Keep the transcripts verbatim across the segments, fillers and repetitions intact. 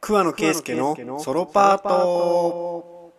桑野圭介のソロパート。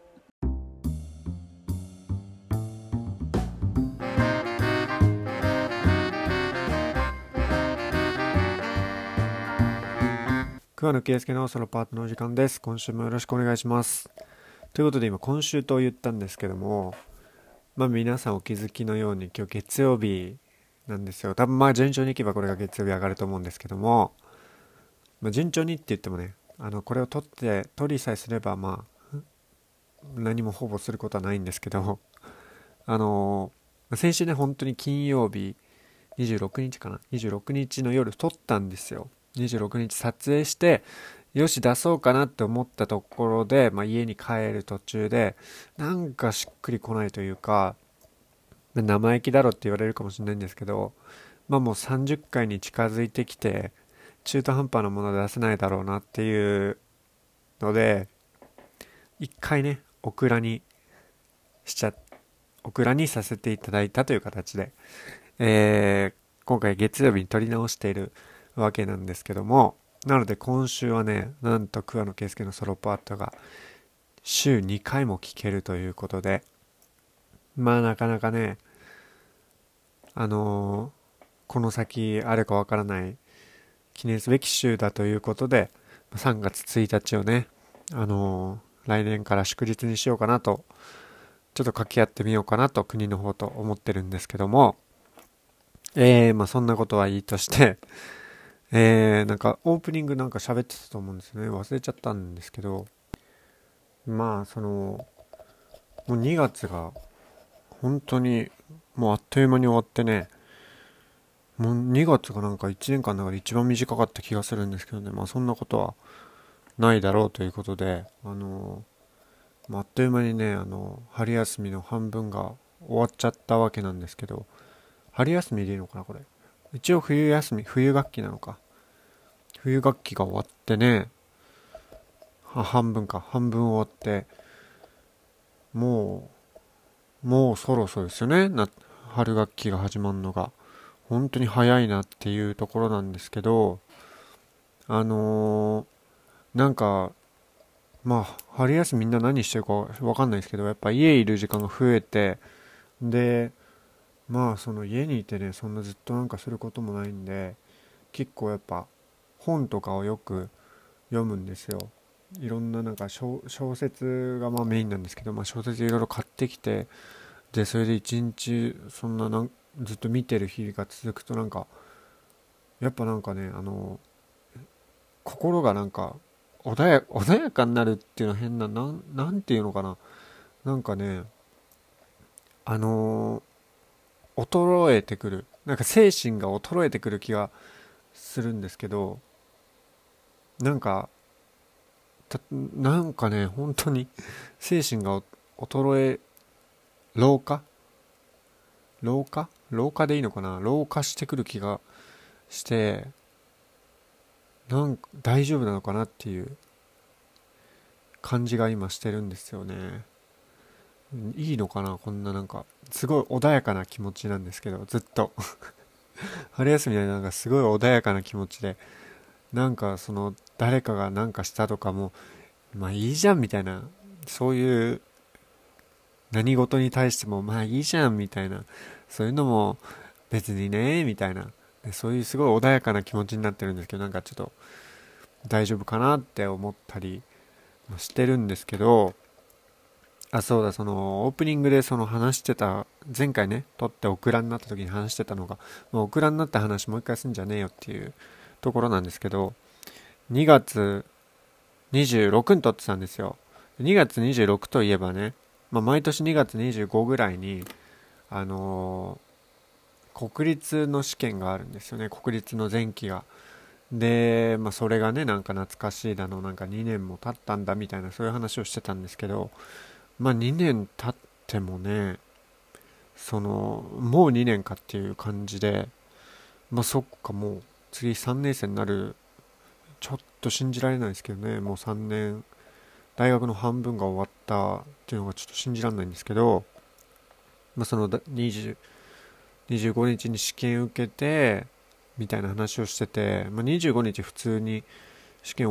桑野圭介のソロパートのお時間です。今週もよろしくお願いします。ということで、今今週と言ったんですけども、まあ皆さんお気づきのように今日月曜日なんですよ。多分まあ順調にいけばこれが月曜日上がると思うんですけども、まあ、順調にって言ってもね、あのこれを取って取りさえすればまあ何もほぼすることはないんですけど、あの先週ね、本当に金曜日にじゅうろくにちかな、にじゅうろくにちの夜撮ったんですよ。にじゅうろくにち撮影して、よし出そうかなって思ったところで、まあ、家に帰る途中でなんかしっくりこないというか、生意気だろって言われるかもしれないんですけど、まあもうさんじゅっかいに近づいてきて中途半端なもの出せないだろうなっていうので、一回ねオクラにしちゃオクラにさせていただいたという形で、えー、今回月曜日に撮り直しているわけなんですけども、なので今週はね、なんと桑野圭介のソロパートが週にかいも聴けるということで、まあなかなかね、あのーこの先あるかわからない記念すべき週だということで、さんがつついたちをね、あのー来年から祝日にしようかなと、ちょっと掛け合ってみようかなと国の方と思ってるんですけども、えー、まあそんなことはいいとして、えー、なんかオープニングなんか喋ってたと思うんですよね。忘れちゃったんですけど、まあその、もうにがつが本当にもうあっという間に終わってね、もうにがつがなんかいちねんかんの中で一番短かった気がするんですけどね、まあそんなことはないだろうということで、あのまあ、あっという間にね、あの春休みの半分が終わっちゃったわけなんですけど、春休みでいいのかなこれ。一応冬休み、冬学期なのか。冬学期が終わってね、は半分か、半分終わって、もう、もうそろそろですよね、な春学期が始まるのが。本当に早いなっていうところなんですけど、あのーなんか、まあ、春休みみんな何してるかわかんないですけど、やっぱ家いる時間が増えて、で、まあ、その家にいてね、そんなずっとなんかすることもないんで、結構やっぱ本とかをよく読むんですよ。いろんななんか小、小説がまあメインなんですけど、まあ小説いろいろ買ってきて、で、それで一日そんななんずっと見てる日が続くとなんか、やっぱなんかね、あの、心がなんか穏や、穏やかになるっていうのは変な、なん、なんていうのかな。なんかね、あのー衰えてくる。なんか精神が衰えてくる気がするんですけど、なんか、たなんかね、本当に精神が衰え、老化老化老化でいいのかな、老化してくる気がして、なんか大丈夫なのかなっていう感じが今してるんですよね。いいのかなこんななんか、すごい穏やかな気持ちなんですけど、ずっと。春休みでなんかすごい穏やかな気持ちで、なんかその誰かがなんかしたとかも、まあいいじゃんみたいな、そういう何事に対してもまあいいじゃんみたいな、そういうのも別にねみたいな、そういうすごい穏やかな気持ちになってるんですけど、なんかちょっと大丈夫かなって思ったりしてるんですけど、あ、そうだ、そのオープニングでその話してた、前回ね撮ってオクラになった時に話してたのが、まあ、オクラになった話もう一回すんじゃねえよっていうところなんですけど、にがつにじゅうろくに撮ってたんですよ。にがつにじゅうろくといえばね、まあ、毎年にがつにじゅうごぐらいに、あのー国立の試験があるんですよね。国立の前期が。で、まあ、それがね、なんか懐かしいだの、なんかにねんも経ったんだみたいな、そういう話をしてたんですけど、まあ、にねん経ってもね、その、もうにねんかっていう感じで、まあ、そっか、もう次さんねん生になる、ちょっと信じられないですけどね、もうさんねん、大学の半分が終わったっていうのがちょっと信じられないんですけど、まあ、そのにじゅう、にじゅうごにちに試験受けてみたいな話をしてて、まあ、にじゅうごにち普通に試験終わっ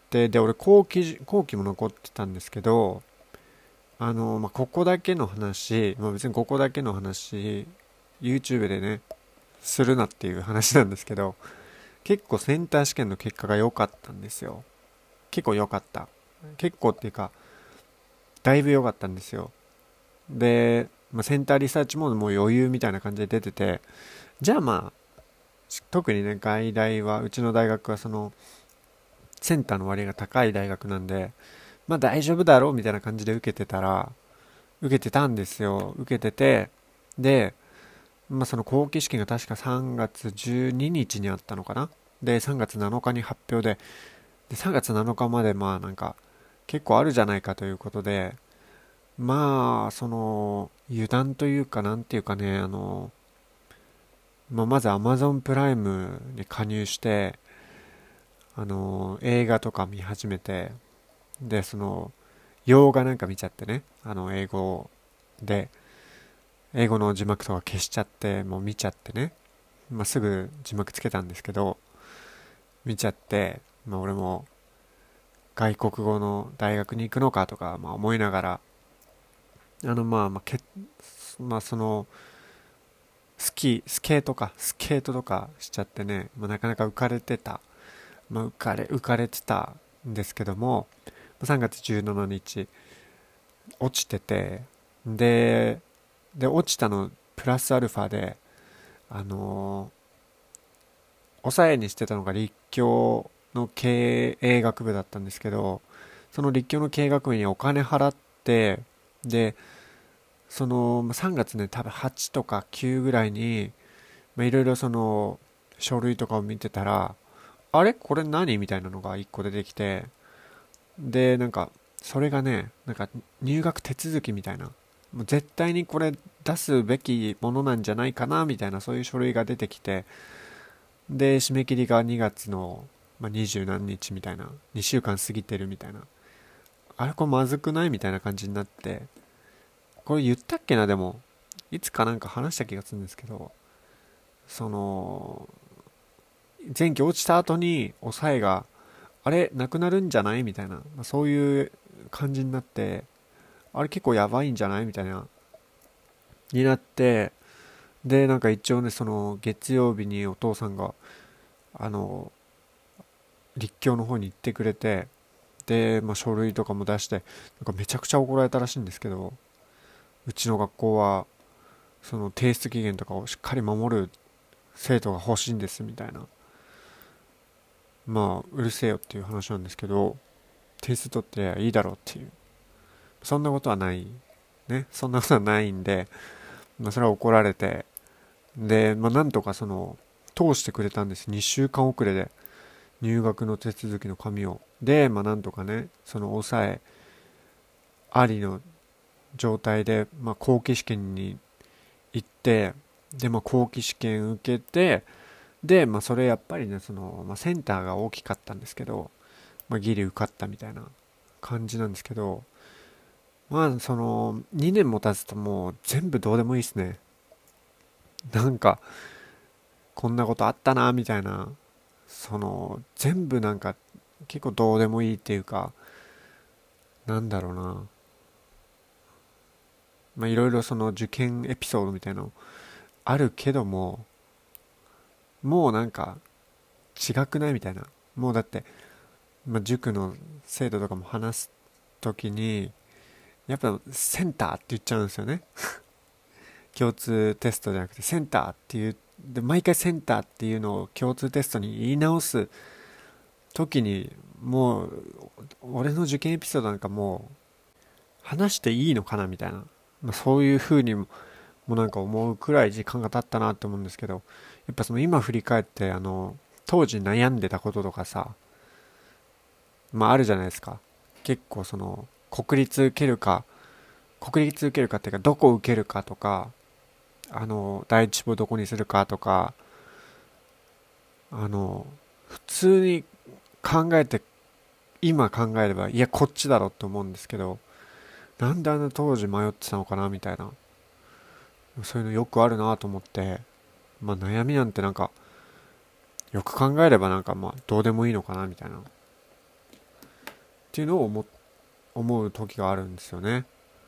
て、で俺後期後期も残ってたんですけど、あの、まあ、ここだけの話、まあ、別にここだけの話 YouTube でねするなっていう話なんですけど、結構センター試験の結果が良かったんですよ。結構良かった。結構っていうかだいぶ良かったんですよ。で、まあ、センターリサーチももう余裕みたいな感じで出てて、じゃあまあ特にね外大は、うちの大学はそのセンターの割合が高い大学なんで、まあ大丈夫だろうみたいな感じで受けてたら、受けてたんですよ。受けてて、で、まあその後期試験が確かさんがつじゅうににちにちにあったのかな。で、さんがつなのかに発表で、で、さんがつなのかまでまあなんか結構あるじゃないかということで、まあその油断というかなんていうかね、あの、まあ、まず Amazon プライムに加入して、あの映画とか見始めて、でその洋画なんか見ちゃってね、あの英語で英語の字幕とか消しちゃって、もう見ちゃってね、まあ、すぐ字幕つけたんですけど、見ちゃって、まあ、俺も外国語の大学に行くのかとか、まあ、思いながら、あのまあまあけ、まあ、そのスキースケートかスケートとかしちゃってね、まあ、なかなか浮かれてた、まあ、浮かれ浮かれてたんですけども、さんがつじゅうしちにち落ちてて、でで落ちたのプラスアルファで、あのー抑えにしてたのが立教の経営学部だったんですけど、その立教の経営学部にお金払って、でそのさんがつね、多分はちとかきゅうぐらいにいろいろその書類とかを見てたら、あれこれ何みたいなのがいっこ出てきて、でなんかそれがね、なんか入学手続きみたいな、もう絶対にこれ出すべきものなんじゃないかなみたいな、そういう書類が出てきて、で締め切りがにがつの、まあ、にじゅう何日みたいな、にしゅうかん過ぎてるみたいな、あれこれまずくないみたいな感じになって、これ言ったっけな、でもいつかなんか話した気がするんですけど、その前期落ちた後に抑えがあれなくなるんじゃないみたいな、まあ、そういう感じになって、あれ結構やばいんじゃないみたいなになって、でなんか一応ね、その月曜日にお父さんがあの立教の方に行ってくれて、で、まあ、書類とかも出して、なんかめちゃくちゃ怒られたらしいんですけど、うちの学校はその提出期限とかをしっかり守る生徒が欲しいんですみたいな、まあうるせえよっていう話なんですけど、提出取っていいだろうっていう、そんなことはないね、そんなことはないんで、まあ、それは怒られて、で、まあ、なんとかその通してくれたんです。にしゅうかん遅れで入学の手続きの紙を。で、まあ、なんとかね、その抑えありの状態で、まあ、後期試験に行って、で、まあ、後期試験受けて、で、まあ、それやっぱりね、その、まあ、センターが大きかったんですけど、まあ、ギリ受かったみたいな感じなんですけど、まあ、その、にねんも経つともう全部どうでもいいですね。なんか、こんなことあったな、みたいな、その、全部なんか、結構どうでもいいっていうか、なんだろうな。まあ、いろいろその受験エピソードみたいなのあるけども、もうなんか、違くないみたいな。もうだって、まあ、塾の生徒とかも話すときに、やっぱセンターって言っちゃうんですよね。共通テストじゃなくてセンターっていう、で毎回センターっていうのを共通テストに言い直す時に、もう俺の受験エピソードなんかもう話していいのかなみたいな、まあ、そういう風にももうなんか思うくらい時間が経ったなって思うんですけど、やっぱその今振り返って、あの当時悩んでたこととかさ、まああるじゃないですか。結構その国立受けるか国立受けるかっていうか、どこ受けるかとか、あの第一志望どこにするかとか、あの普通に考えて、今考えればいやこっちだろって思うんですけど、なんであんな当時迷ってたのかなみたいな、そういうのよくあるなと思って、まあ悩みなんてなんかよく考えればなんかまあどうでもいいのかなみたいな、 ていうのを思思う時があるんですよね。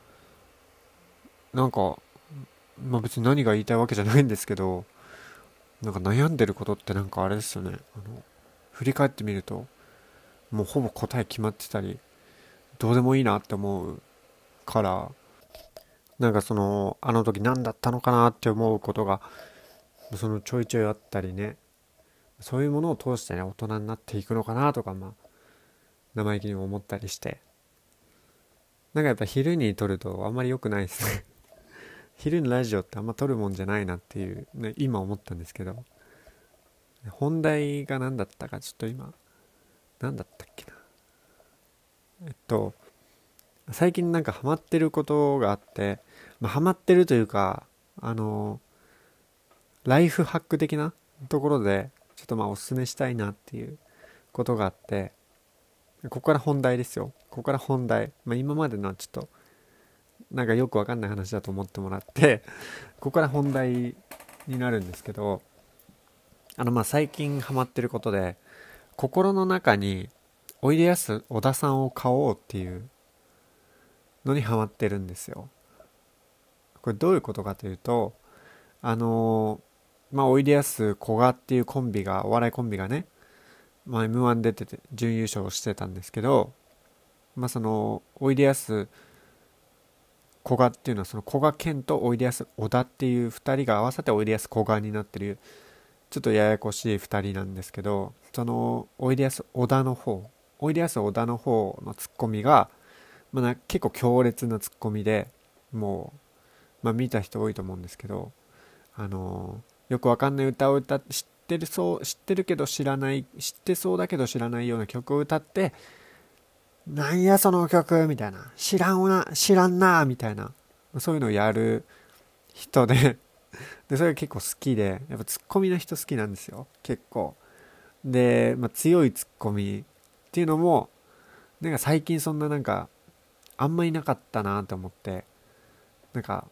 なんか、まあ別に何が言いたいわけじゃないんですけど、なんか悩んでることってなんかあれですよね。あの、振り返ってみると、もうほぼ答え決まってたり、どうでもいいなって思うから、なんかその、あの時何だったのかなって思うことが、そのちょいちょいあったりね、そういうものを通してね、大人になっていくのかなとか、まあ、生意気にも思ったりして、なんかやっぱ昼に撮るとあんまり良くないですね。昼のラジオってあんま撮るもんじゃないなっていう、ね、今思ったんですけど、本題が何だったかちょっと今、何だったっけな。えっと、最近なんかハマってることがあって、まあ、ハマってるというか、あの、ライフハック的なところで、ちょっとまあおすすめしたいなっていうことがあって、ここから本題ですよ。ここから本題。まあ、今までのはちょっと、なんかよくわかんない話だと思ってもらって、ここから本題になるんですけど、あのまあ最近ハマってることで、心の中においでやす小田さんを買おうっていうのにハマってるんですよ。これどういうことかというと、あのーまあおいでやすこがっていうコンビが、お笑いコンビがね、まあ、エムワン 出てて準優勝してたんですけど、まあそのおいでやすこがっていうのはそのこがけんとおいでやす小田っていうふたりが合わさっておいでやすこがになってる、ちょっとややこしいふたりなんですけど、そのおいでやす小田の方おいでやす小田の方のツッコミが、まあ、な結構強烈なツッコミで、もう、まあ、見た人多いと思うんですけど、あのーよくわかんない歌を歌って知ってるそう知ってるけど知らない知ってそうだけど知らないような曲を歌って、なんやその曲みたいな、知らんな知らんなみたいな、そういうのをやる人ででそれが結構好きで、やっぱツッコミの人好きなんですよ結構。で、まあ、強いツッコミっていうのもなんか最近そんななんかあんまいなかったなと思って、なんか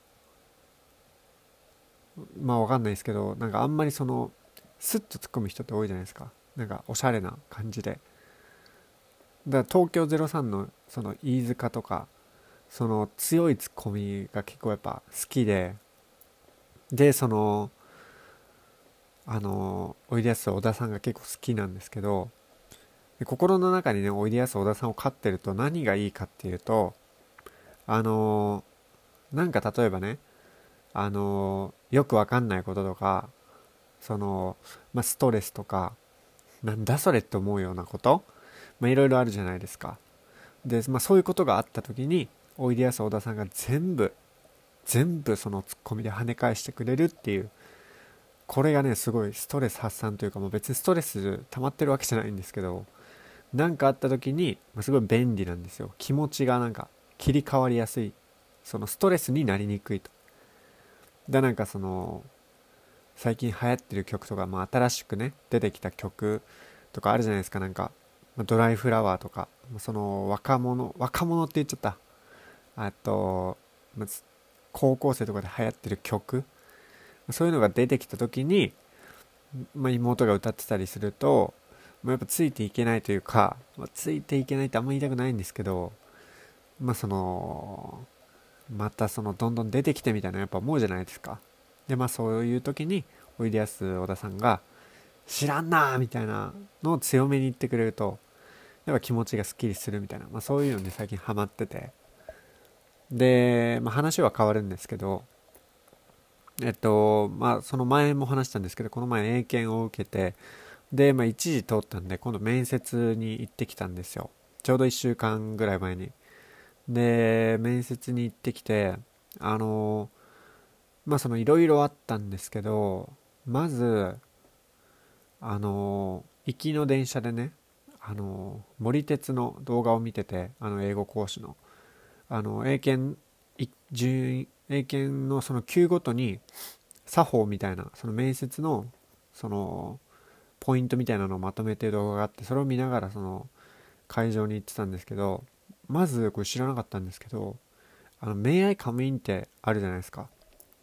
まあわかんないですけど、なんかあんまりそのスッと突っ込む人って多いじゃないですか。なんかおしゃれな感じで。だから東京ゼロさんのその飯塚とか、その強いツッコミが結構やっぱ好きで、でそのあのおいでやす小田さんが結構好きなんですけど、心の中にねおいでやす小田さんを飼ってると何がいいかっていうと、あのなんか例えばね、あのよくわかんないこととか、その、まあ、ストレスとか、なんだそれって思うようなこと、まあ、いろいろあるじゃないですか。で、まあ、そういうことがあった時に、おいでやす小田さんが全部、全部そのツッコミで跳ね返してくれるっていう、これがね、すごいストレス発散というか、もう別にストレス溜まってるわけじゃないんですけど、なんかあった時に、まあ、すごい便利なんですよ。気持ちがなんか切り替わりやすい。そのストレスになりにくいと。で、なんかその、最近流行ってる曲とか、まあ、新しくね出てきた曲とかあるじゃないですか。なんか、まあ、ドライフラワーとか、その若者若者って言っちゃった、あと、まあ、高校生とかで流行ってる曲、そういうのが出てきた時に、まあ、妹が歌ってたりすると、まあ、やっぱついていけないというか、まあ、ついていけないってあんま言いたくないんですけど、まあそのまたそのどんどん出てきてみたいなやっぱ思うじゃないですか。でまあそういう時においでやす小田さんが知らんなーみたいなのを強めに言ってくれると、やっぱ気持ちがすっきりするみたいな、まあ、そういうのに最近ハマってて、で、まあ、話は変わるんですけど、えっとまあその前も話したんですけど、この前英検を受けて、で、まあ、一時通ったんで今度面接に行ってきたんですよ。ちょうどいっしゅうかんぐらい前に。で面接に行ってきて、あのまあそのいろいろあったんですけど、まずあの行きの電車でね、あの森鉄の動画を見てて、あの英語講師のあの英検い順位英検のその級ごとに作法みたいな、その面接のそのポイントみたいなのをまとめてる動画があって、それを見ながらその会場に行ってたんですけど、まずこれ知らなかったんですけど、あの May I come in ってあるじゃないですか。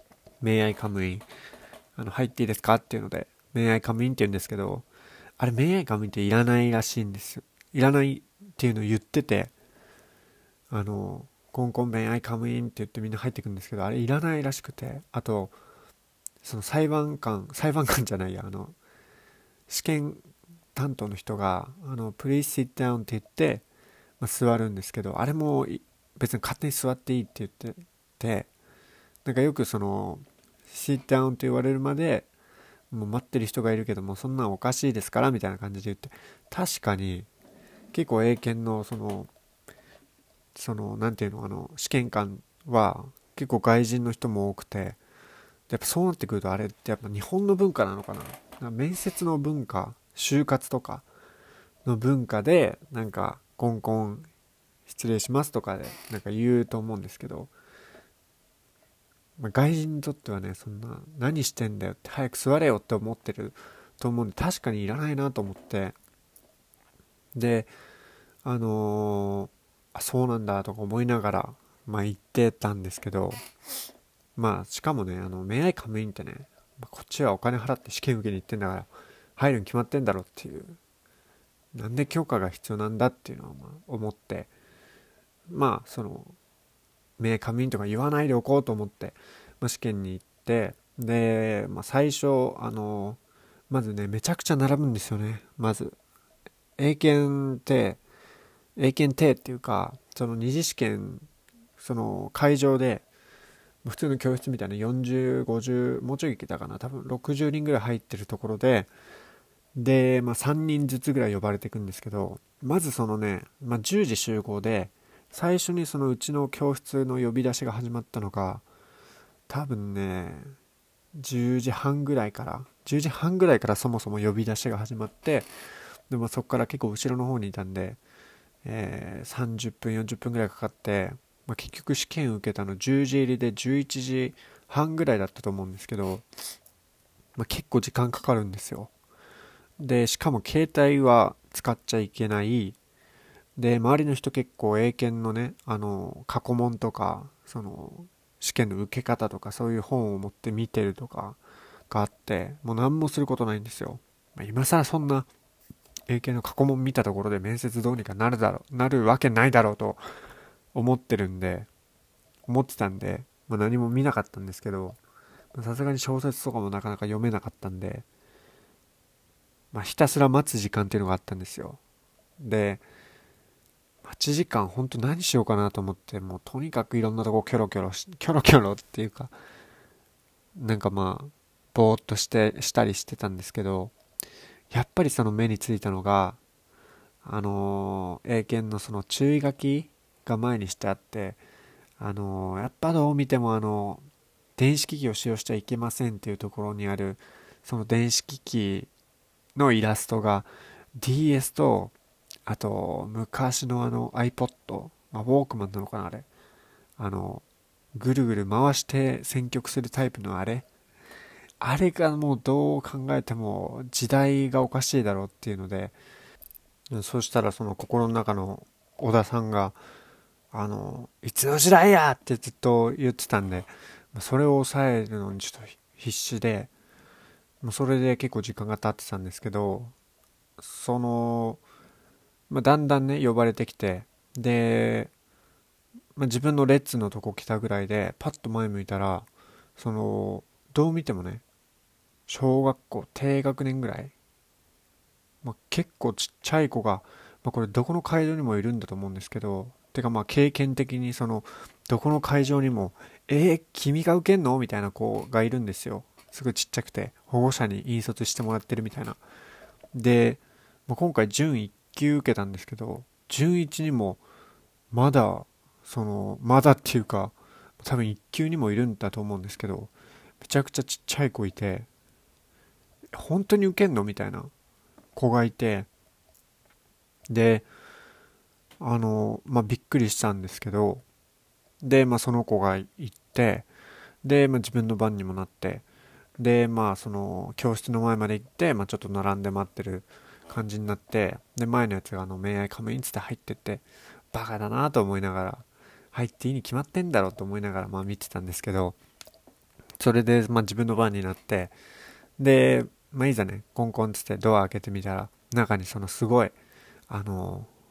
May I come in、 あの入っていいですかっていうので May I come in って言うんですけど、あれ May I come in っていらないらしいんですよ。いらないっていうのを言ってて、あのコンコンベン I come in って言ってみんな入ってくるんですけど、あれいらないらしくて、あとその裁判官裁判官じゃないやあの試験担当の人があの Please sit down って言って、まあ、座るんですけど、あれも別に勝手に座っていいって言ってて、なんかよくその sit down と言われるまでもう待ってる人がいるけども、そんなんおかしいですからみたいな感じで言って、確かに結構英検のそのそのなんていうの、あの試験官は結構外人の人も多くて、やっぱそうなってくると、あれってやっぱ日本の文化なのかな、なんか面接の文化、就活とかの文化でなんかコンコン失礼しますとかでなんか言うと思うんですけど、まあ、外人にとってはね、そんな何してんだよって早く座れよって思ってると思うんで、確かにいらないなと思って、であのーあそうなんだとか思いながらまあ言ってたんですけど、まあしかもね、あのメアイカムインってね、まあこっちはお金払って試験受けに行ってんだから入るに決まってんだろっていう、なんで許可が必要なんだっていうのはまあ思って、まあそのメアイカムインとか言わないでおこうと思って、まあ、試験に行って、で、まあ、最初あのまずねめちゃくちゃ並ぶんですよね。まず英検って英検定っていうか、その二次試験、その会場で普通の教室みたいなよんじゅう、ごじゅう、もうちょいいけたかな、多分ろくじゅうにんぐらい入ってるところで、で、まあ、さんにんずつぐらい呼ばれていくんですけど、まずそのね、まあ、じゅうじ集合で、最初にそのうちの教室の呼び出しが始まったのが、多分ね、じゅうじはんぐらいから、じゅうじはんぐらいからそもそも呼び出しが始まって、でもそこから結構後ろの方にいたんで、えー、さんじゅっぷんよんじゅっぷんぐらいかかって、まあ、結局試験受けたのじゅうじ入りでじゅういちじはんぐらいだったと思うんですけど、まあ、結構時間かかるんですよ。でしかも携帯は使っちゃいけない。で周りの人結構英検のね、あの過去問とかその試験の受け方とかそういう本を持って見てるとかがあって、もう何もすることないんですよ。まあ、今更そんな英検の過去問見たところで面接どうにかなるだろうなるわけないだろうと思ってるんで思ってたんで、まあ、何も見なかったんですけど、さすがに小説とかもなかなか読めなかったんで、まあ、ひたすら待つ時間っていうのがあったんですよ。ではちじかん本当何しようかなと思って、もうとにかくいろんなとこキョロキョロしキョロキョロっていうか、なんかまあぼーっとしてしたりしてたんですけど、やっぱりその目についたのが、あのー英検のその注意書きが前にしてあって、あのーやっぱどう見てもあの電子機器を使用してはいけませんっていうところにあるその電子機器のイラストが ディーエス と、あと昔のあの iPod、まあ、ウォークマンなのかなあれ、あのぐるぐる回して選曲するタイプのあれあれがもうどう考えても時代がおかしいだろうっていうので、そしたらその心の中の小田さんがあのいつの時代やってずっと言ってたんで、それを抑えるのにちょっと必死で、もうそれで結構時間が経ってたんですけど、その、まあ、だんだんね呼ばれてきて、で、まあ、自分の列のとこ来たぐらいでパッと前向いたら、そのどう見てもね小学校低学年ぐらい、まあ、結構ちっちゃい子が、まあ、これどこの会場にもいるんだと思うんですけど、てかまあ経験的にそのどこの会場にもえー、君が受けんのみたいな子がいるんですよ。すごいちっちゃくて保護者に引率してもらってるみたいな。で、まあ、今回準いっ級受けたんですけど、準いちにもまだそのまだっていうか多分いっ級にもいるんだと思うんですけど、めちゃくちゃちっちゃい子いて、本当に受けんのみたいな子がいて、であのまあびっくりしたんですけど、でまあその子が行って、で、まあ、自分の番にもなって、でまあその教室の前まで行って、まあ、ちょっと並んで待ってる感じになって、で前のやつがあの「メイアイカムイン」つって入ってって、バカだなと思いながら、入っていいに決まってんだろうと思いながらまあ見てたんですけど、それでまあ自分の番になって、で、まあ、いざねコンコンつってドア開けてみたら、中にそのすごいあの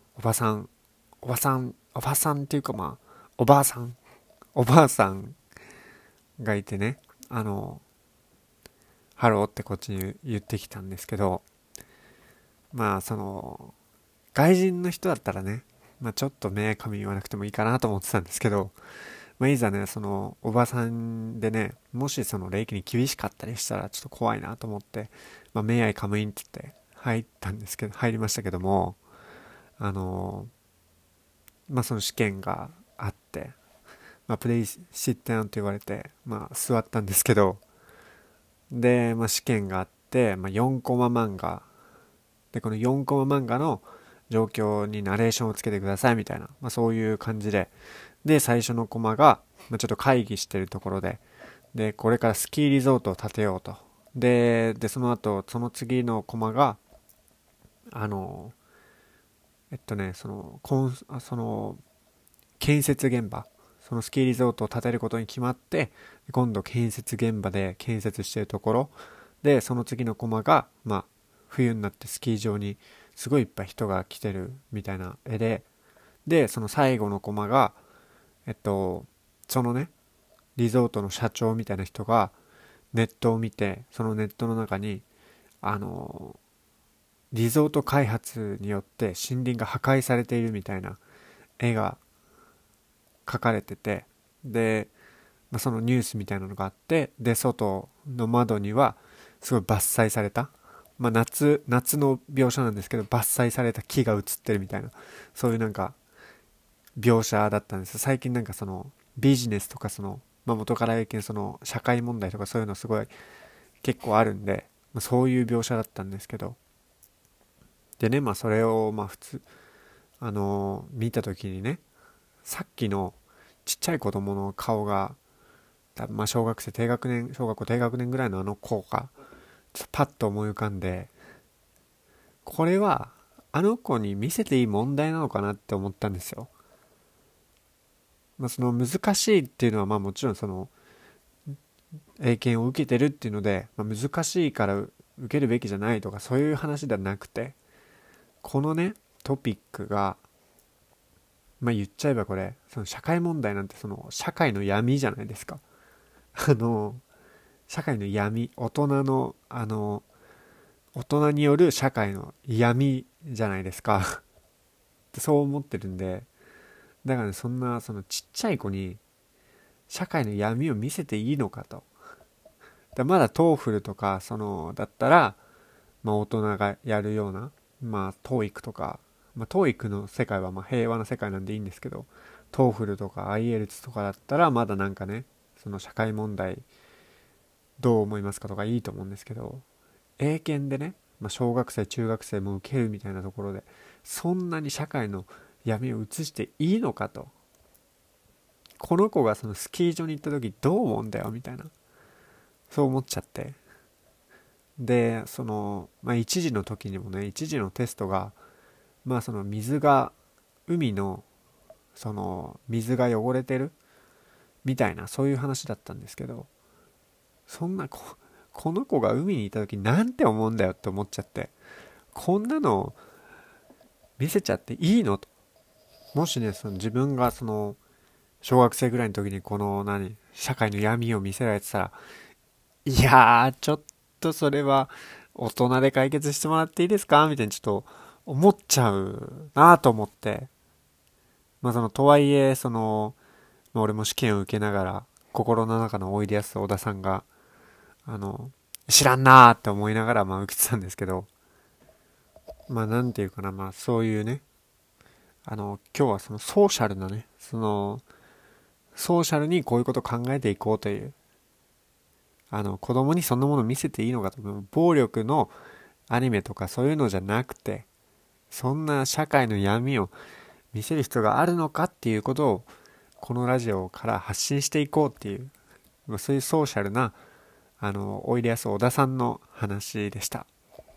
おばさんおばさんおばさんっていうかまあおばあさんおばあさんがいてね、あのハローってこっちに言ってきたんですけど、まあその外人の人だったらね、まあちょっと目髪言わなくてもいいかなと思ってたんですけど、まあいざね、そのおばさんでね、もしその礼儀に厳しかったりしたらちょっと怖いなと思って、まあ目合いカムインって言って入ったんですけど、入りましたけども、あのまあその試験があって、まあプレイシットダウンと言われて、まあ座ったんですけど、で、まあ試験があって、まあよんコマ漫画、で、このよんコマ漫画の状況にナレーションをつけてくださいみたいな、まあそういう感じで、で、最初のコマが、まあ、ちょっと会議してるところで、で、これからスキーリゾートを建てようと。で、で、その後、その次のコマが、あの、えっとね、その、コンあその、建設現場、そのスキーリゾートを建てることに決まって、今度建設現場で建設してるところ、で、その次のコマが、まあ、冬になってスキー場にすごいいっぱい人が来てるみたいな絵で、で、その最後のコマが、えっと、そのね、リゾートの社長みたいな人がネットを見て、そのネットの中に、あの、リゾート開発によって森林が破壊されているみたいな絵が描かれてて、で、まあ、そのニュースみたいなのがあって、で、外の窓にはすごい伐採された、まあ、夏、夏の描写なんですけど、伐採された木が写ってるみたいな、そういうなんか描写だったんです。最近なんかそのビジネスとかその、まあ、元から言うその社会問題とかそういうのすごい結構あるんで、まあ、そういう描写だったんですけど、でね、まあそれをまあ普通あのー見た時にね、さっきのちっちゃい子供の顔が、まあ小学生低学年小学校低学年ぐらいのあの子がちょっとパッと思い浮かんで、これはあの子に見せていい問題なのかなって思ったんですよ。まあ、その難しいっていうのはまあもちろんその英検を受けてるっていうので、まあ、難しいから受けるべきじゃないとかそういう話ではなくて、このねトピックが、まあ言っちゃえばこれその社会問題なんてその社会の闇じゃないですか。あの社会の闇、大人のあの大人による社会の闇じゃないですか。そう思ってるんで、だからね、そんなそのちっちゃい子に社会の闇を見せていいのかと。だまだトーフルとかそのだったら、まあ、大人がやるような、まあ、トーイックとか、まあ、トーイックの世界はまあ平和な世界なんでいいんですけど、トーフルとか アイエルツ とかだったらまだなんかね、その社会問題どう思いますかとかいいと思うんですけど、英検でね、まあ、小学生中学生も受けるみたいなところでそんなに社会の闇を映していいのかと。この子がそのスキー場に行った時どう思うんだよみたいな、そう思っちゃって、でその、まあ、一時の時にもね、一時のテストが、まあその水が、海のその水が汚れてるみたいなそういう話だったんですけど、そんなここの子が海にいた時なんて思うんだよって思っちゃって、こんなの見せちゃっていいのと。もしね、その自分がその小学生ぐらいの時にこの何社会の闇を見せられてたら、いやーちょっとそれは大人で解決してもらっていいですかみたいにちょっと思っちゃうなと思って、まあそのとはいえその、まあ、俺も試験を受けながら心の中のおいでやす小田さんがあの知らんなーって思いながらまあ受けてたんですけど、まあなんていうかな、まあそういうね、あの今日はそのソーシャルなね、そのソーシャルにこういうことを考えていこうという、あの子供にそんなもの見せていいのかと。暴力のアニメとかそういうのじゃなくて、そんな社会の闇を見せる必要があるのかっていうことをこのラジオから発信していこうっていう、そういうソーシャルなあのおいでやす小田さんの話でした。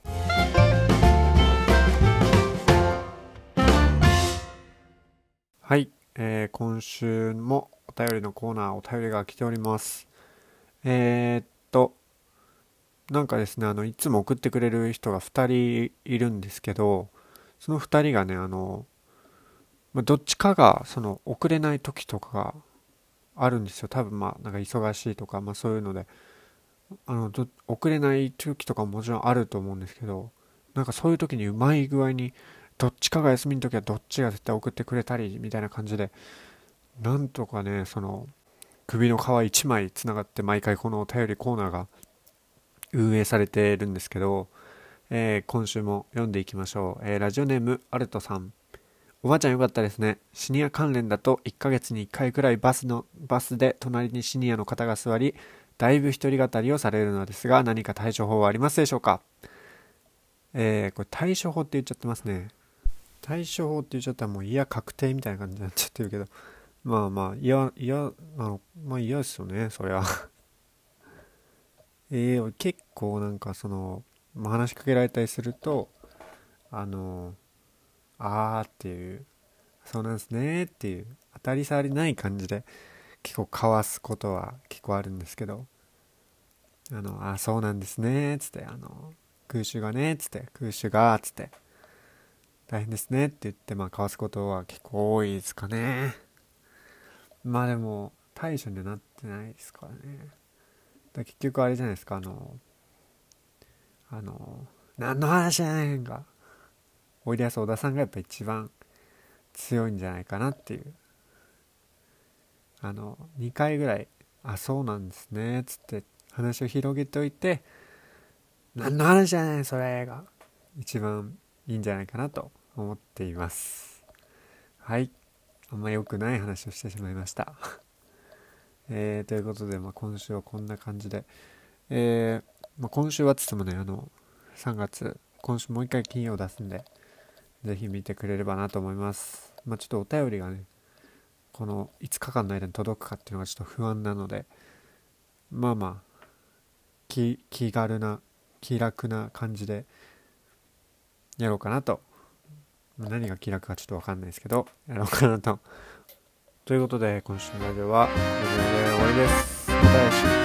はい、えー今週もお便りのコーナー、お便りが来ております。えーっとなんかですね、あのいつも送ってくれる人がふたりいるんですけど、そのふたりがね、あのまあ、どっちかがその送れない時とかがあるんですよ。多分まあなんか忙しいとか、まあ、そういうのであのど送れない時とかももちろんあると思うんですけど、なんかそういう時にうまい具合にどっちかが休みの時はどっちが絶対送ってくれたりみたいな感じで、なんとかねその首の皮一枚つながって毎回このお便りコーナーが運営されているんですけど、えー今週も読んでいきましょう。えーラジオネームアルトさん。おばあちゃんよかったですね。シニア関連だといっかげつにいっかいくらいバスのバスで隣にシニアの方が座り、だいぶ一人語りをされるのですが、何か対処法はありますでしょうか？えー、これ対処法って言っちゃってますね。対処法って言っちゃったらもう嫌確定みたいな感じになっちゃってるけど、まあまあ嫌嫌あのまあ嫌ですよね、そりゃ。えー、俺結構なんかその、まあ、話しかけられたりすると、あのあーっていう、そうなんですねっていう当たり障りない感じで結構かわすことは結構あるんですけど、あのあそうなんですねつって、あの空襲がねつって空襲がつって大変ですねって言って、まあかわすことは結構多いですかね。まあでも対処にはなってないですからね。だ結局あれじゃないですか、あのあの何の話やねんがおいでやす小田さんがやっぱ一番強いんじゃないかなっていう。あのにかいぐらい「あそうなんですね」つって話を広げておいて「何の話じゃないそれ」が一番いいんじゃないかなと思っています。はい、あんま良くない話をしてしまいました。えー、ということで、まあ、今週はこんな感じで、えーまあ、今週はつってもね、あのさんがつ今週もう一回金曜出すんで、ぜひ見てくれればなと思います。まあ、ちょっとお便りがねこのいつかかんの間に届くかっていうのがちょっと不安なので、まあまあ気、気軽な気楽な感じでやろうかなと、何が気楽かちょっと分かんないですけどやろうかなと。ということで今週のラジオはこれで終わりです。また来週。